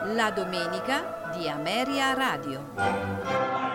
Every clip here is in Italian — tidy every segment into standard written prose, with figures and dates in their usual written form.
La domenica di Ameria Radio.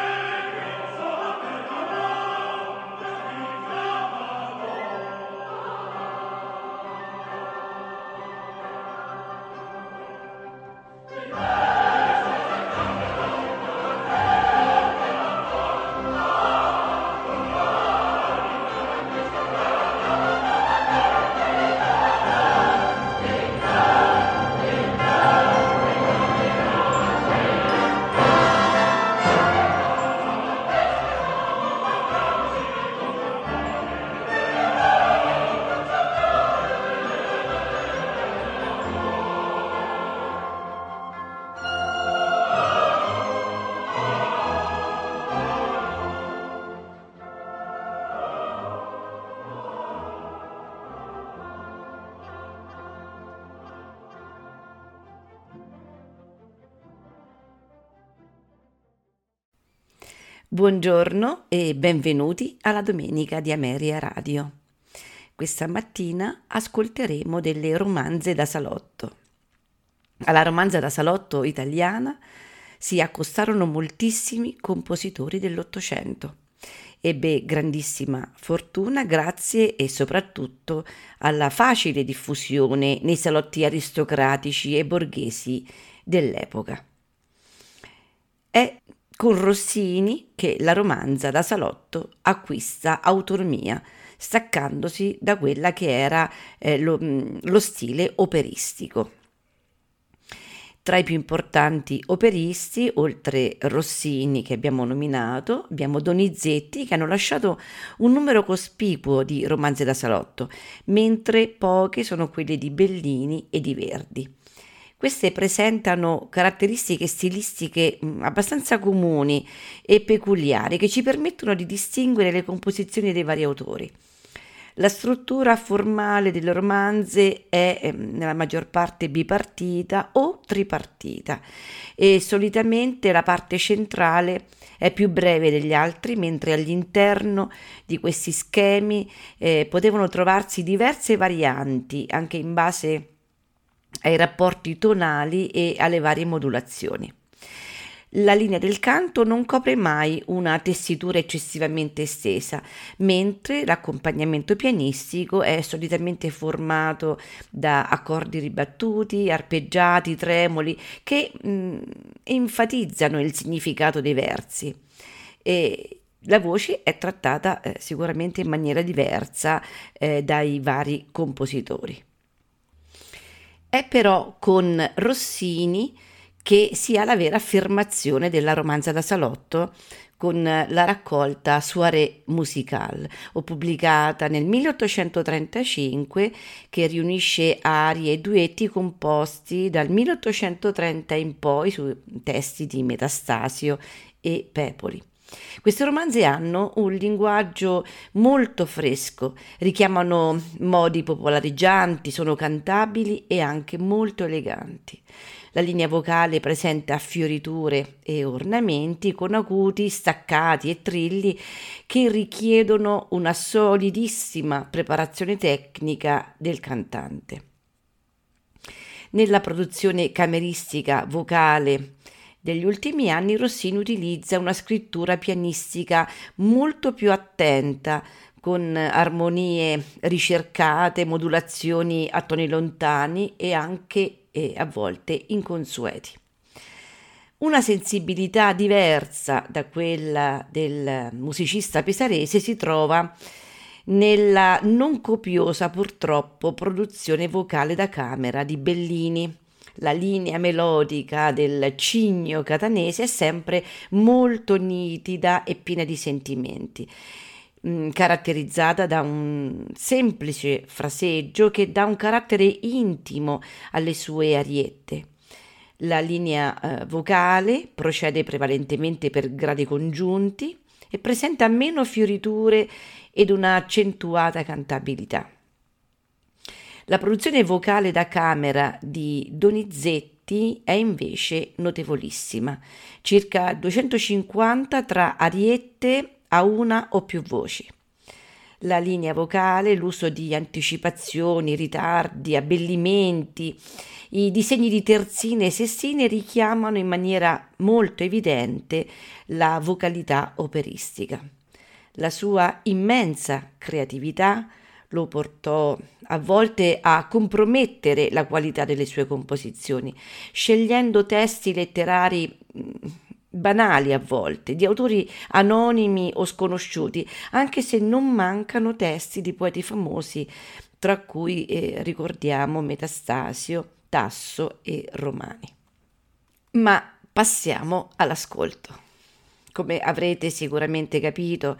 Buongiorno e benvenuti alla Domenica di Ameria Radio. Questa mattina ascolteremo delle romanze da salotto. Alla romanza da salotto italiana si accostarono moltissimi compositori dell'Ottocento. Ebbe grandissima fortuna grazie e soprattutto alla facile diffusione nei salotti aristocratici e borghesi dell'epoca. È con Rossini che la romanza da salotto acquista autonomia, staccandosi da quella che era lo stile operistico. Tra i più importanti operisti, oltre Rossini che abbiamo nominato, abbiamo Donizetti che hanno lasciato un numero cospicuo di romanze da salotto, mentre poche sono quelle di Bellini e di Verdi. Queste presentano caratteristiche stilistiche abbastanza comuni e peculiari che ci permettono di distinguere le composizioni dei vari autori. La struttura formale delle romanze è nella maggior parte bipartita o tripartita e solitamente la parte centrale è più breve degli altri, mentre all'interno di questi schemi potevano trovarsi diverse varianti anche in base ai rapporti tonali e alle varie modulazioni. La linea del canto non copre mai una tessitura eccessivamente estesa, mentre l'accompagnamento pianistico è solitamente formato da accordi ribattuti, arpeggiati, tremoli, che enfatizzano il significato dei versi. E la voce è trattata sicuramente in maniera diversa dai vari compositori. È però con Rossini che si ha la vera affermazione della romanza da salotto con la raccolta Soirée musicale, pubblicata nel 1835, che riunisce arie e duetti composti dal 1830 in poi su testi di Metastasio e Pepoli. Queste romanze hanno un linguaggio molto fresco, richiamano modi popolareggianti, sono cantabili e anche molto eleganti. La linea vocale presenta fioriture e ornamenti con acuti, staccati e trilli che richiedono una solidissima preparazione tecnica del cantante. Nella produzione cameristica vocale degli ultimi anni Rossini utilizza una scrittura pianistica molto più attenta, con armonie ricercate, modulazioni a toni lontani e anche a volte inconsueti. Una sensibilità diversa da quella del musicista pesarese si trova nella non copiosa, purtroppo, produzione vocale da camera di Bellini. La linea melodica del cigno catanese è sempre molto nitida e piena di sentimenti, caratterizzata da un semplice fraseggio che dà un carattere intimo alle sue ariette. La linea vocale procede prevalentemente per gradi congiunti e presenta meno fioriture ed una accentuata cantabilità. La produzione vocale da camera di Donizetti è invece notevolissima, circa 250 tra ariette a una o più voci. la linea vocale, l'uso di anticipazioni, ritardi, abbellimenti, i disegni di terzine e sestine richiamano in maniera molto evidente la vocalità operistica. La sua immensa creatività lo portò a volte a compromettere la qualità delle sue composizioni, scegliendo testi letterari banali a volte, di autori anonimi o sconosciuti, anche se non mancano testi di poeti famosi, tra cui ricordiamo Metastasio, Tasso e Romani. Ma passiamo all'ascolto. Come avrete sicuramente capito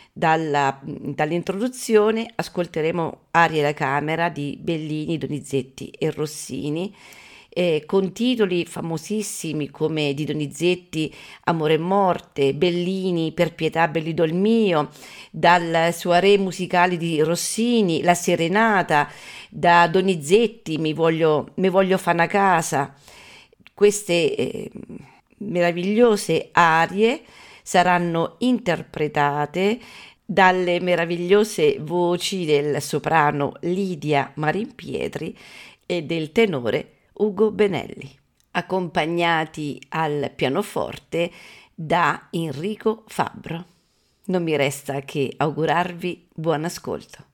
dall'introduzione, ascolteremo arie da camera di Bellini, Donizetti e Rossini, con titoli famosissimi come di Donizetti Amore e Morte, Bellini Per pietà bellido il mio, dal soirée musicali di Rossini La Serenata, da Donizetti Mi voglio fa' na casa. Queste meravigliose arie saranno interpretate dalle meravigliose voci del soprano Lidia Marimpietri e del tenore Ugo Benelli, accompagnati al pianoforte da Enrico Fabbro. Non mi resta che augurarvi buon ascolto.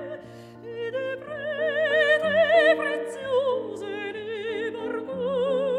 Preziose le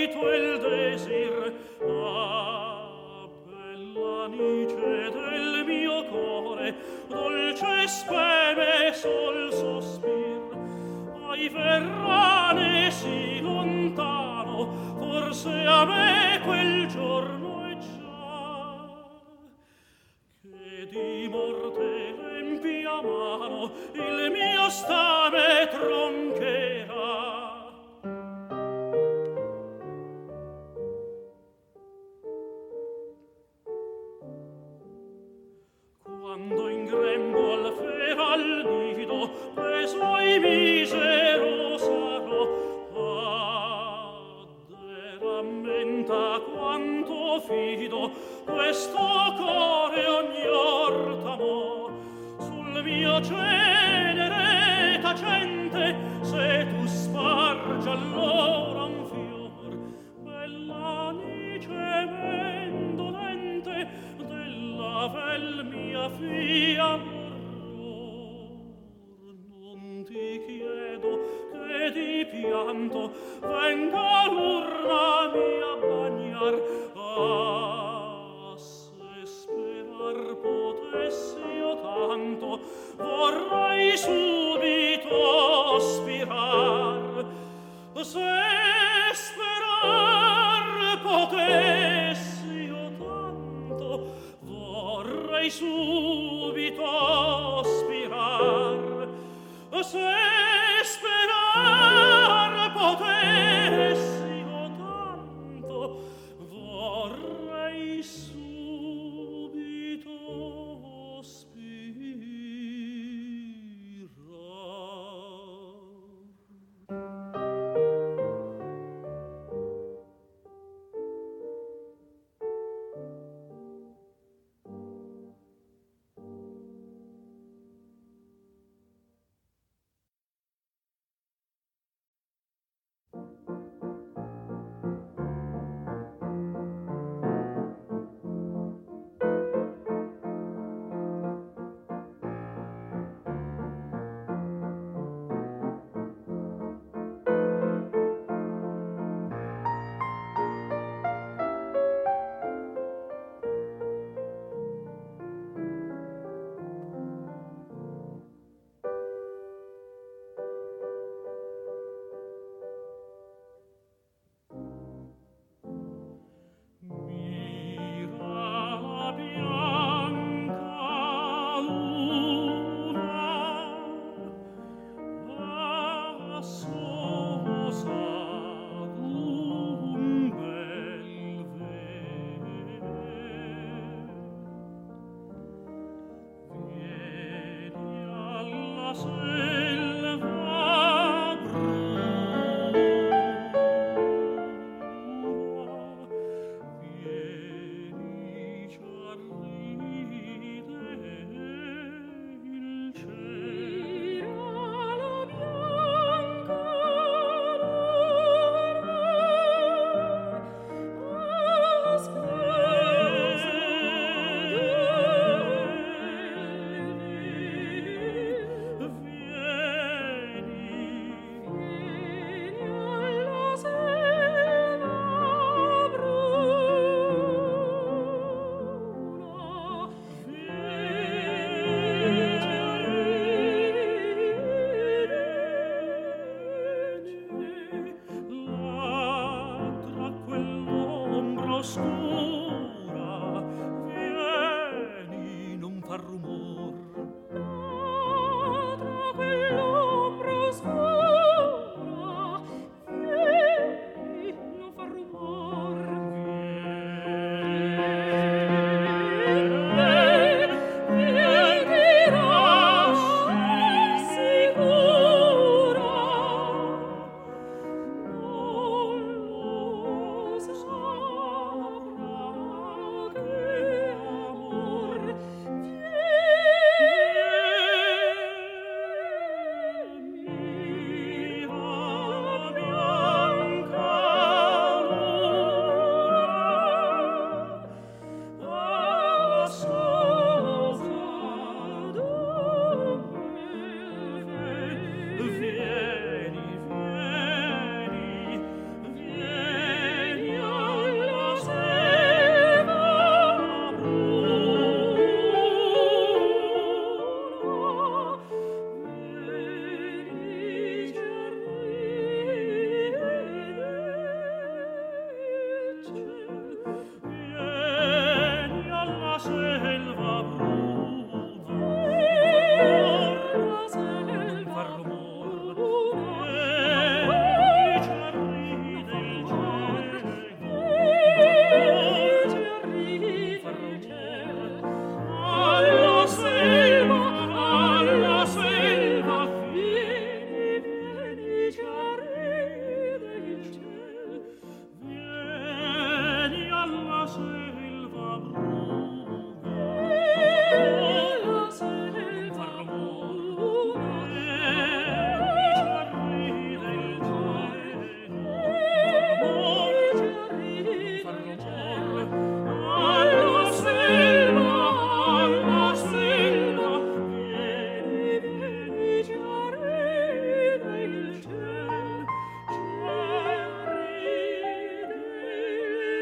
subito il desir. Ah, bella nice del mio core, dolce speme sol sospir. Ai verrane sì lontano, forse a me quel giorno è già, che di morte l'empia mano il mio stame troncherà. Quando in grembo al fera al nido preso ai misero sarò, e rammenta quanto fido questo core ogni ortamo sul mio genere tacente. Se tu spargi allora un fior, bella nice men dolente della vel mia fia morror, non ti chiedo che di pianto venga l'urna mia a bagnar. Ah, se sperar potessi io tanto, vorrei subito spirar. Se sperar potessi io tanto, vorrei subito spirar. Se sperar potessi io tanto, vorrei subito spirar.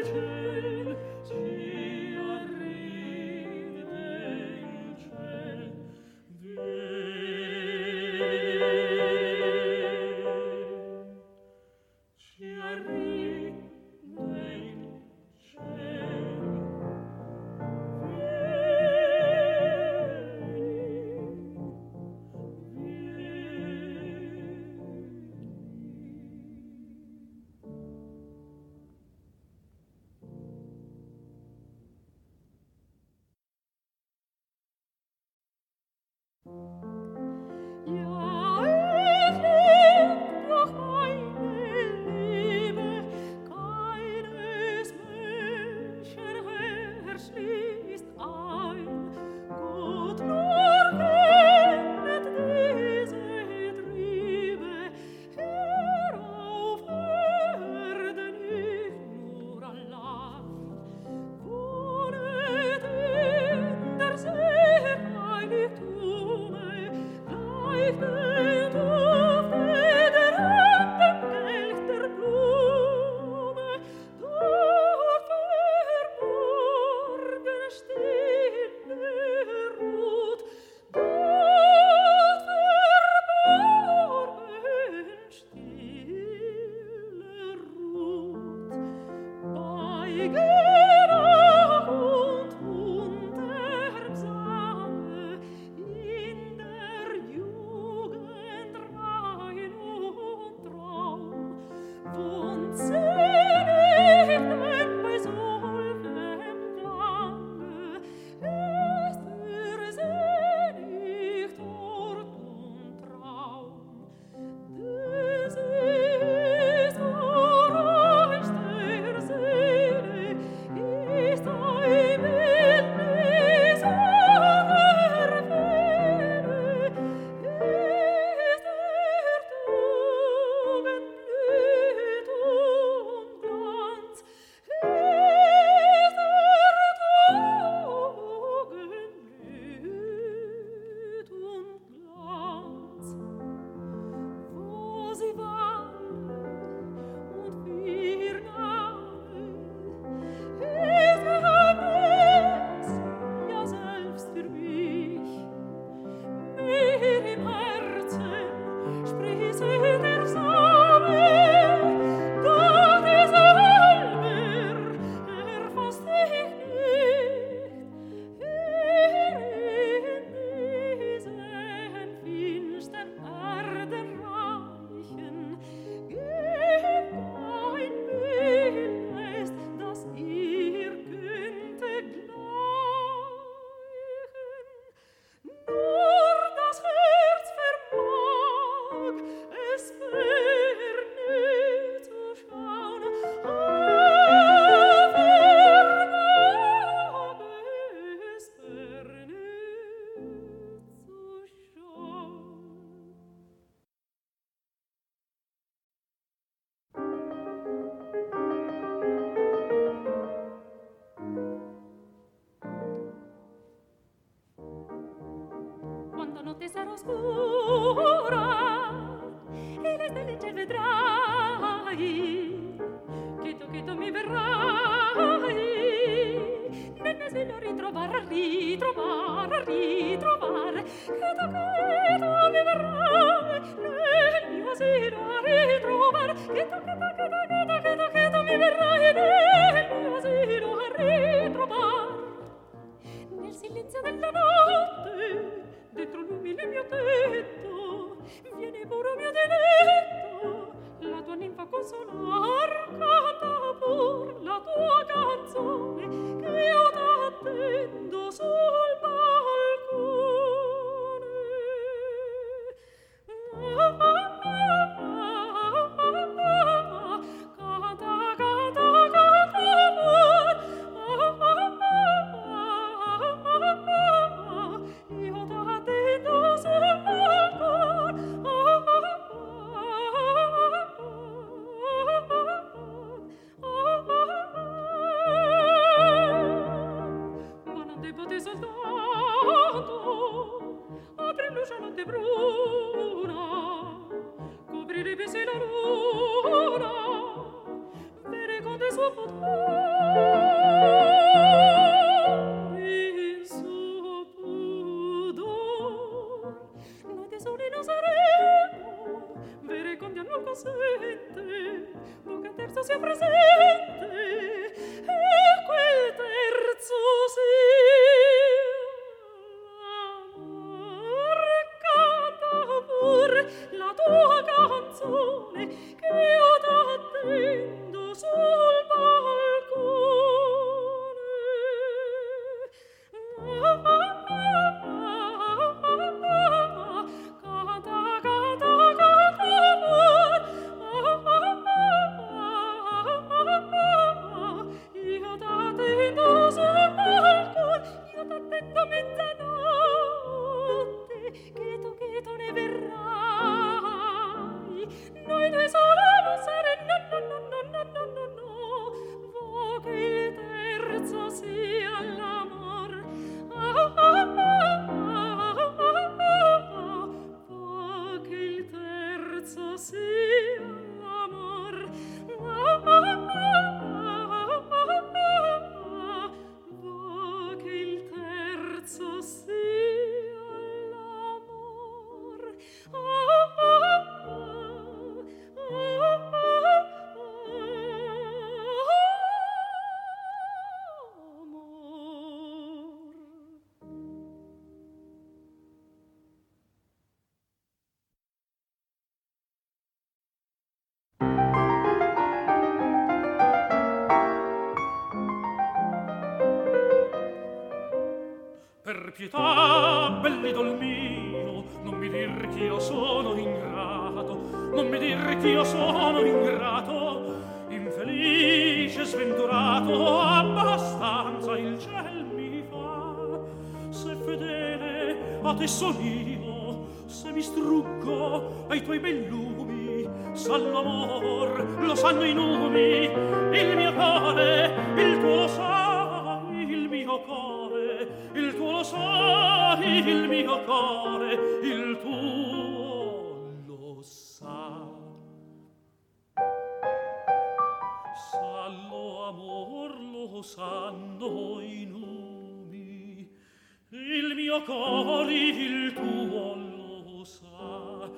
notte sarà oscura e le stelle in ciel vedrai, che tu mi verrai nel mio seno a ritrovare, che tu mi verrai nel mio seno a ritrovare, che tu mi verrai nel mio seno a ritrovare. Nel silenzio della notte, dentro l'umile mio tetto, viene puro mio diletto, la tua ninfa consolar, canta pur la tua canzone, che io t'attendo sul balcone. Coprirebbe se la luna, vere con de suo potere, sia presente e quel terzo sia canta pur la tua canzone che io t'attendo sul balcone. Io t'attendo sul balcone, io t'attendo a mezzanotte, che tu ne verrai. Noi due sole non saremo, no. Vo che il terzo sia l'amor. Vo che il terzo sia l'amor. Vo che il terzo sia l'amor. Per pietà, bell'idol mio, non mi dir ch'io sono ingrato, non mi dir ch'io sono ingrato, infelice, sventurato, abbastanza il ciel mi fa. Se fedele a te son io, se mi struggo ai tuoi bei lumi, sa l'amor, lo sanno i numi, il mio cuore, il tuo lo sai, il mio cuore, il tuo lo sai, il mio cuore, il tuo lo sa. Sallo amor, lo sanno i numi, il mio cuore, il tuo lo sa.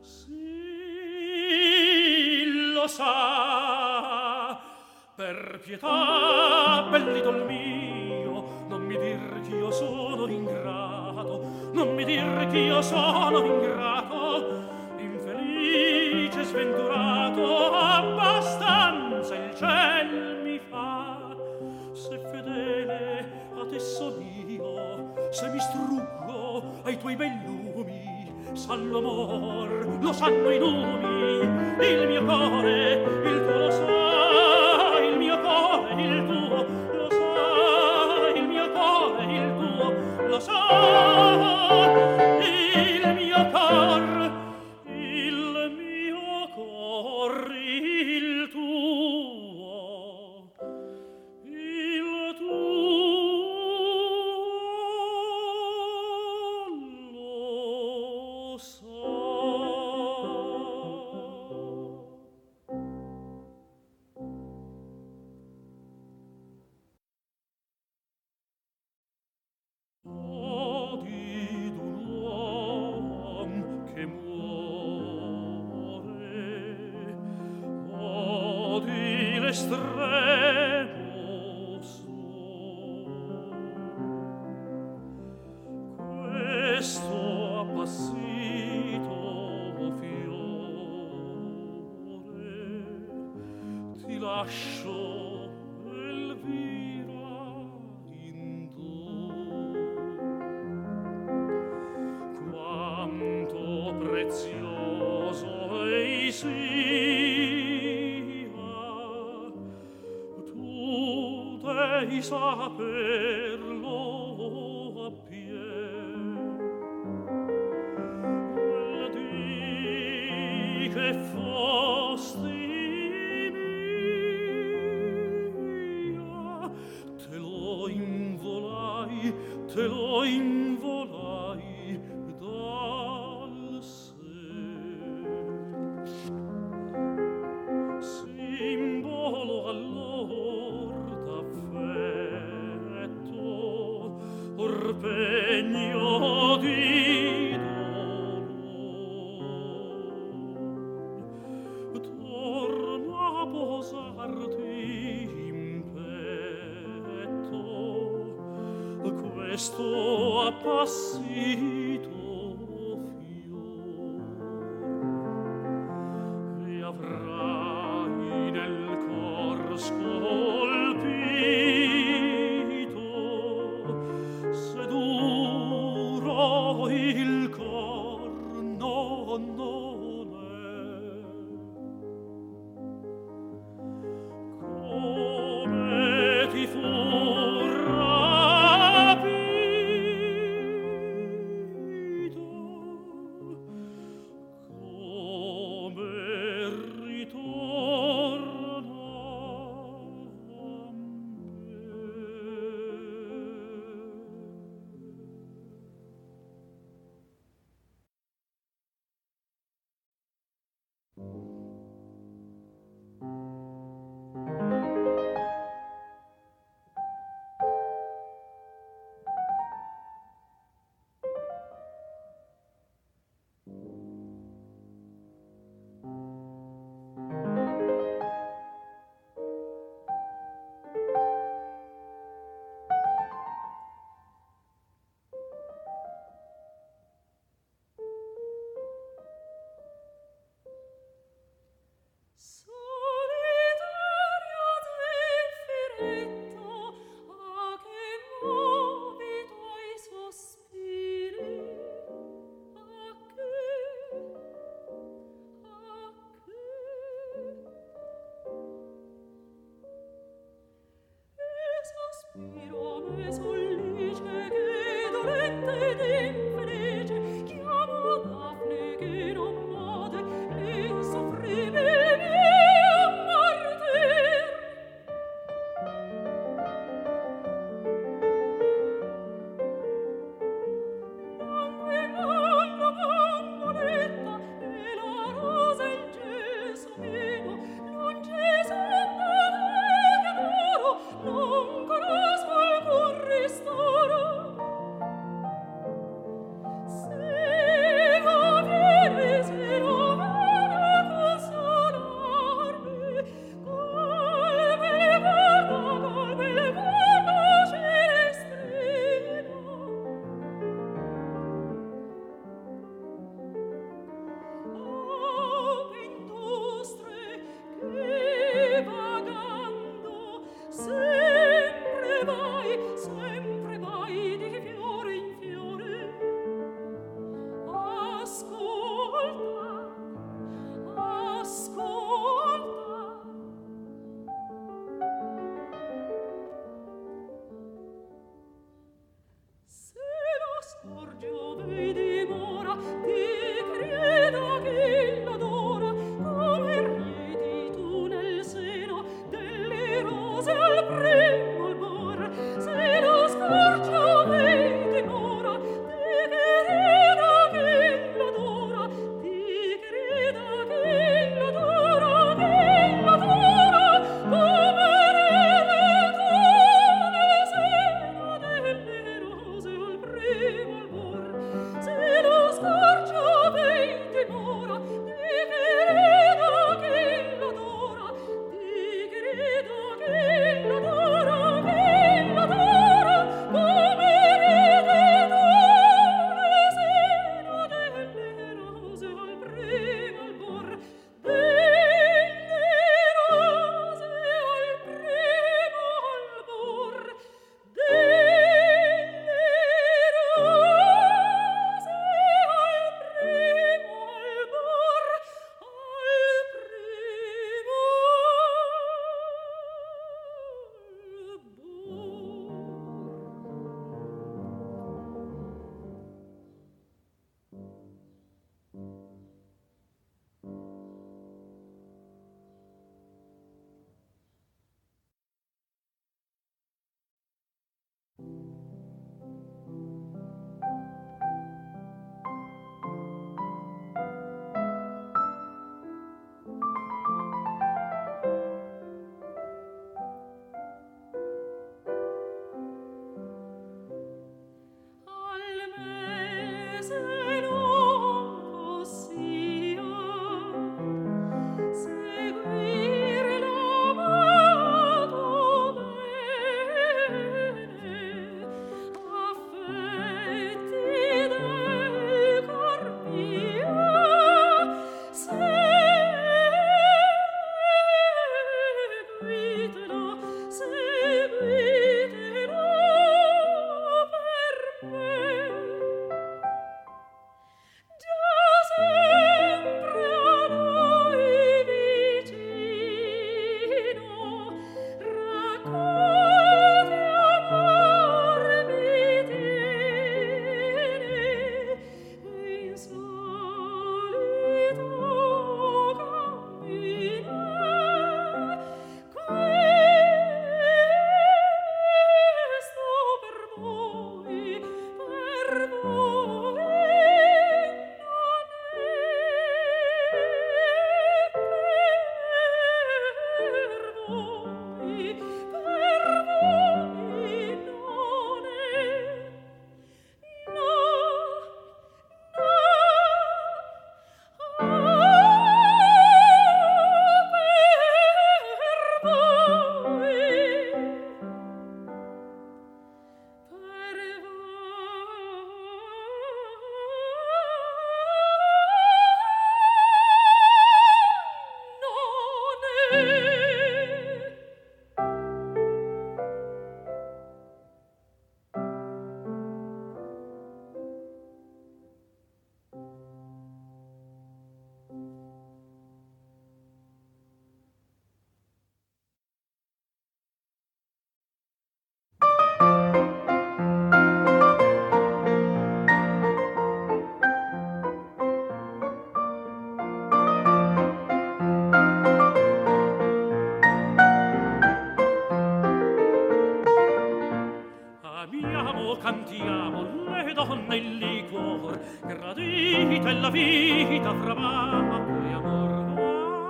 Sì, lo sa. Per pietà, bell'idol mio, non mi dir ch'io sono ingrato, non mi dir ch'io sono ingrato, infelice, sventurato, abbastanza il ciel mi fa. Se fedele a te son io, se mi struggo ai tuoi bei lumi, sa l'amor, lo sanno i numi, il mio cuore, il tuo lo sa. Il mio cuore, il tuo, lo sa, il mio cuore, il tuo, lo sa, il mio cor, il mio cor, il tuo, lo sa. L'estremo sol, questo appassito fiore, ti lascio Elvira in dono. Quanto prezioso ei devi saperlo appien. Quella di che fosti mia, te lo involai dal sé. Simbolo allor d'affetto, orpegno di dolore, torno a posare questo appassito fior e avrai nel cor scolpito se duro il cor non è come ti fu Credo che l'adora Cantiamo le donne il liquor, gradita è la vita fra bacco e amor.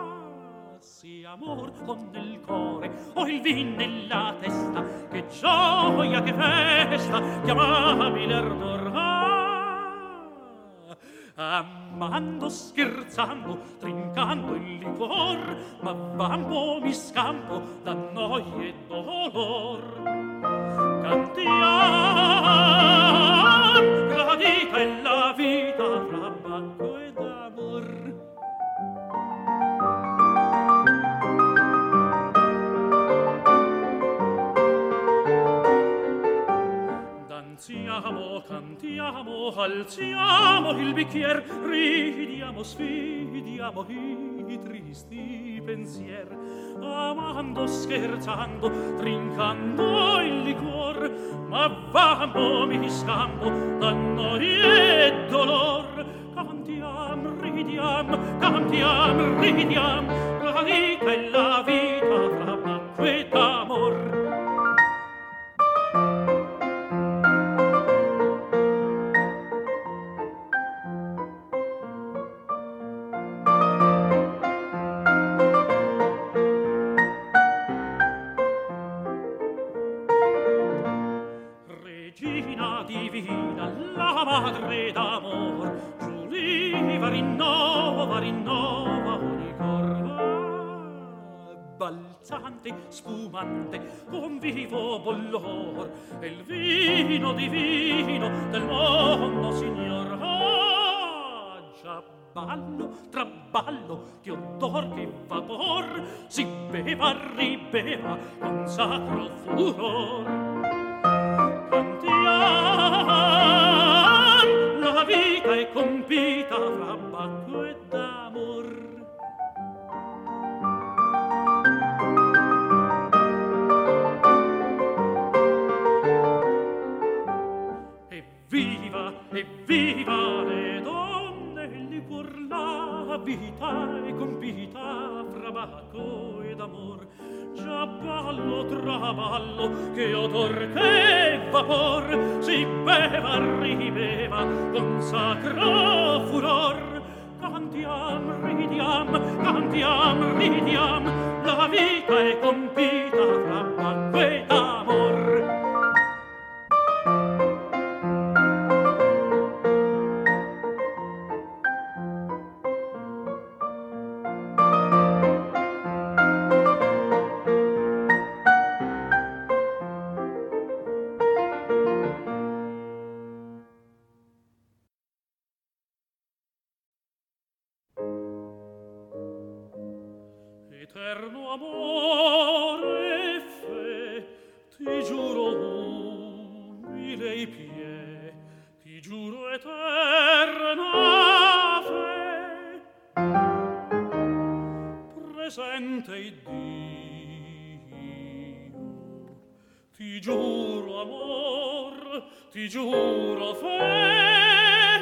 Ah, sì, amor ho nel cuore, ho il vin nella testa, che gioia, che festa, chiamabile ardor. Amando, scherzando, trincando il liquor, ma vampo mi scampo da noia e dolor. Cantiam, gradita è la vita fra bacco ed amor. Danziamo, cantiamo, alziamo il bicchier, ridiamo, sfidiamo i tristi pensier. Amando, scherzando, trincando il liquor, ma vampo mi scampo da noia e dolor. Cantiam, ridiam, la vita è la vita fra bacco ed amor. Divina, la madre d'amor, Giuliva rinnova ogni cor. Balzante, spumante, con vivo bollor, e il vino divino del mondo, signor. Ah, già ballo, traballo, che odor, che vapor, si beva, ribeva, con sacro furor. La vita è compita fra bacco ed amor. Evviva le donne, il liquor, la vita è compita fra bacco ed amor. Già ballo, traballo, che odor, che vapor, si beva, ribeva, con sacro furor. Cantiam, ridiam, la vita è compita fra bacco ed amor. Eterno amore, pie, ti giuro eterna fe, presente Iddio, ti giuro amor, ti giuro fe,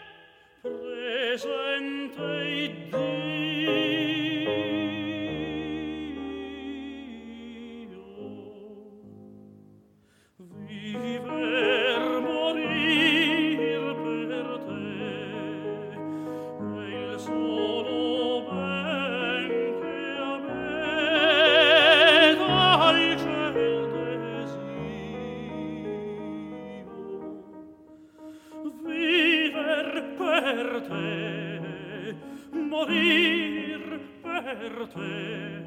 presente Iddio, viver, morir per te, è il solo ben che a me dal ciel desio. Viver per te, morir per te,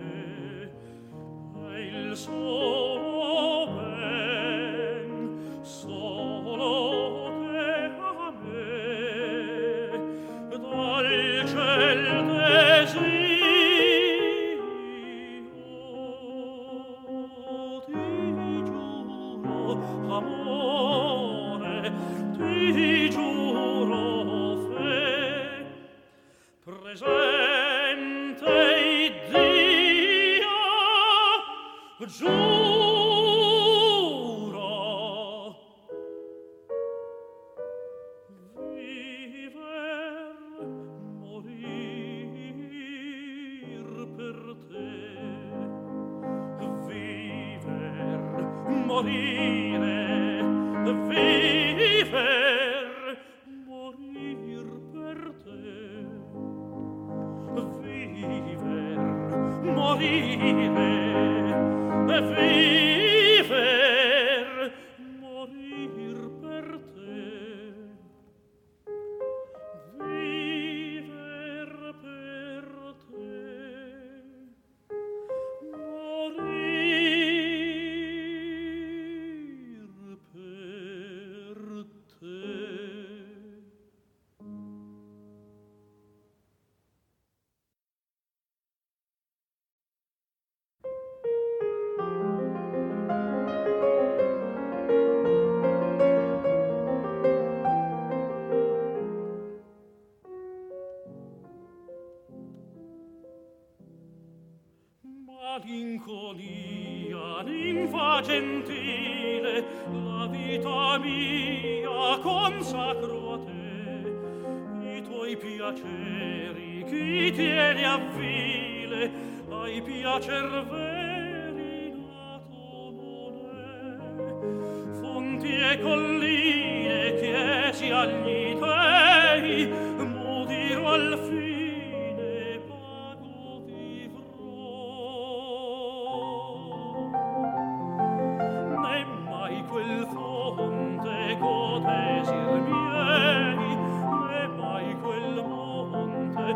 è il solo ben, solo che a me dal ciel desio. Ti giuro amore, ti giuro fe, presente Iddio, giuro viver, morir per te, viver, morire, viver, morir per te, viver, morire, viver, morir per te, viver per te, morir per te. Malinconia, ninfa gentile, la vita mia consacro a te, i tuoi piaceri chi tiene a vile, ai piacer veri nato non è, fonti e colline chiesi agli dei, mudirò al fine, pago vivrò. Né mai quel fonte godesir miei, né mai quel monte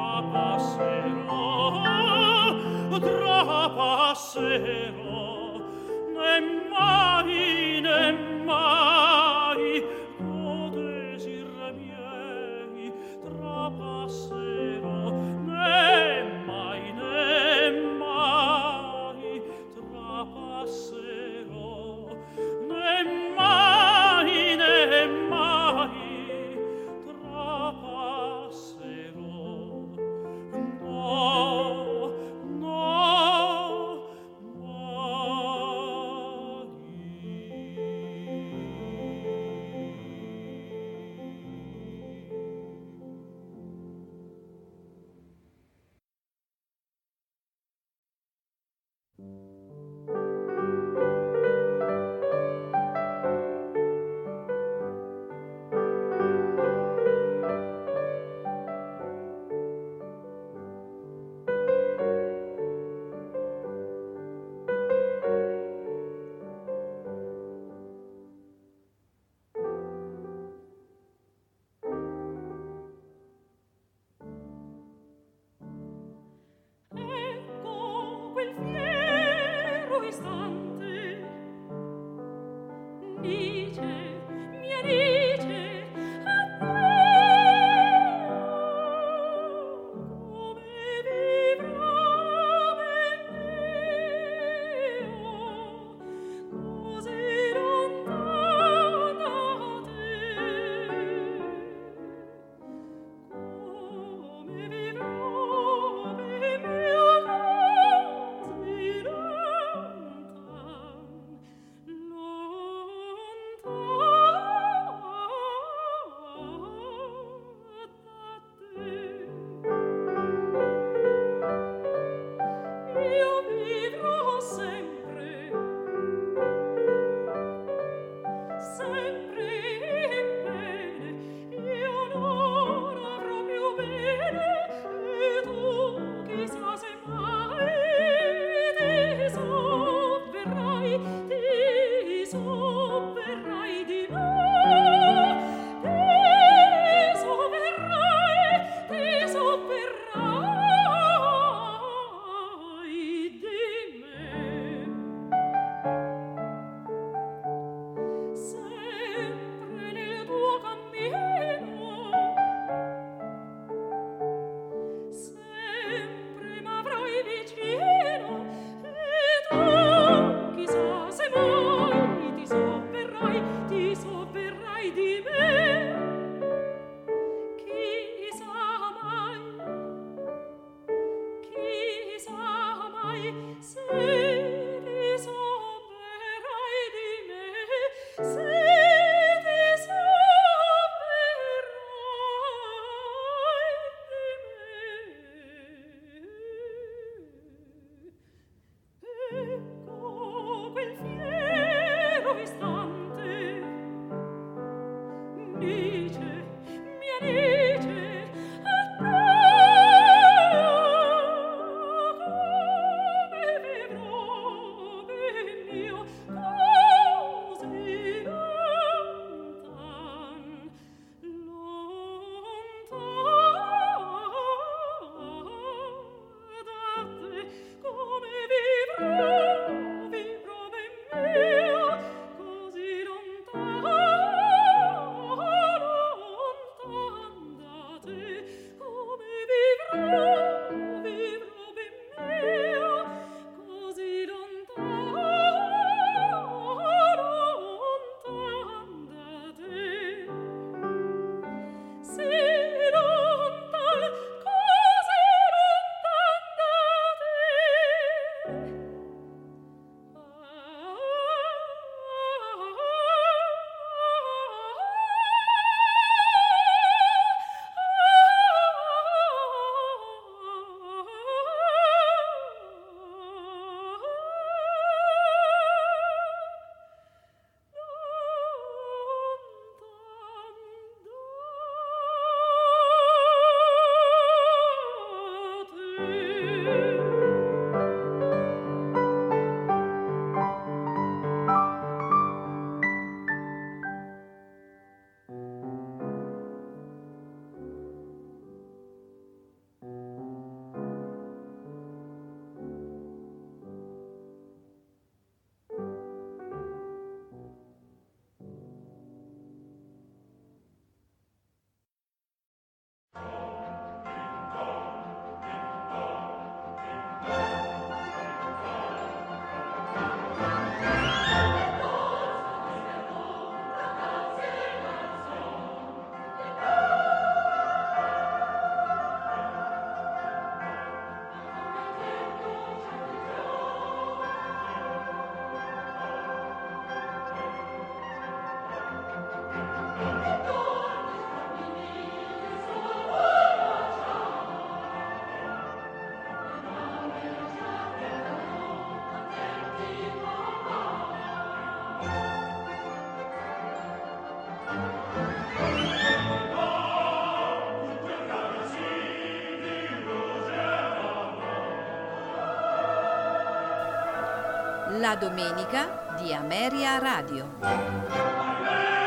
trapasserò, né mai godesir miei trapasserò, né mai trapasserò, né mai trapasserò. No, no, mai. La domenica di Ameria Radio.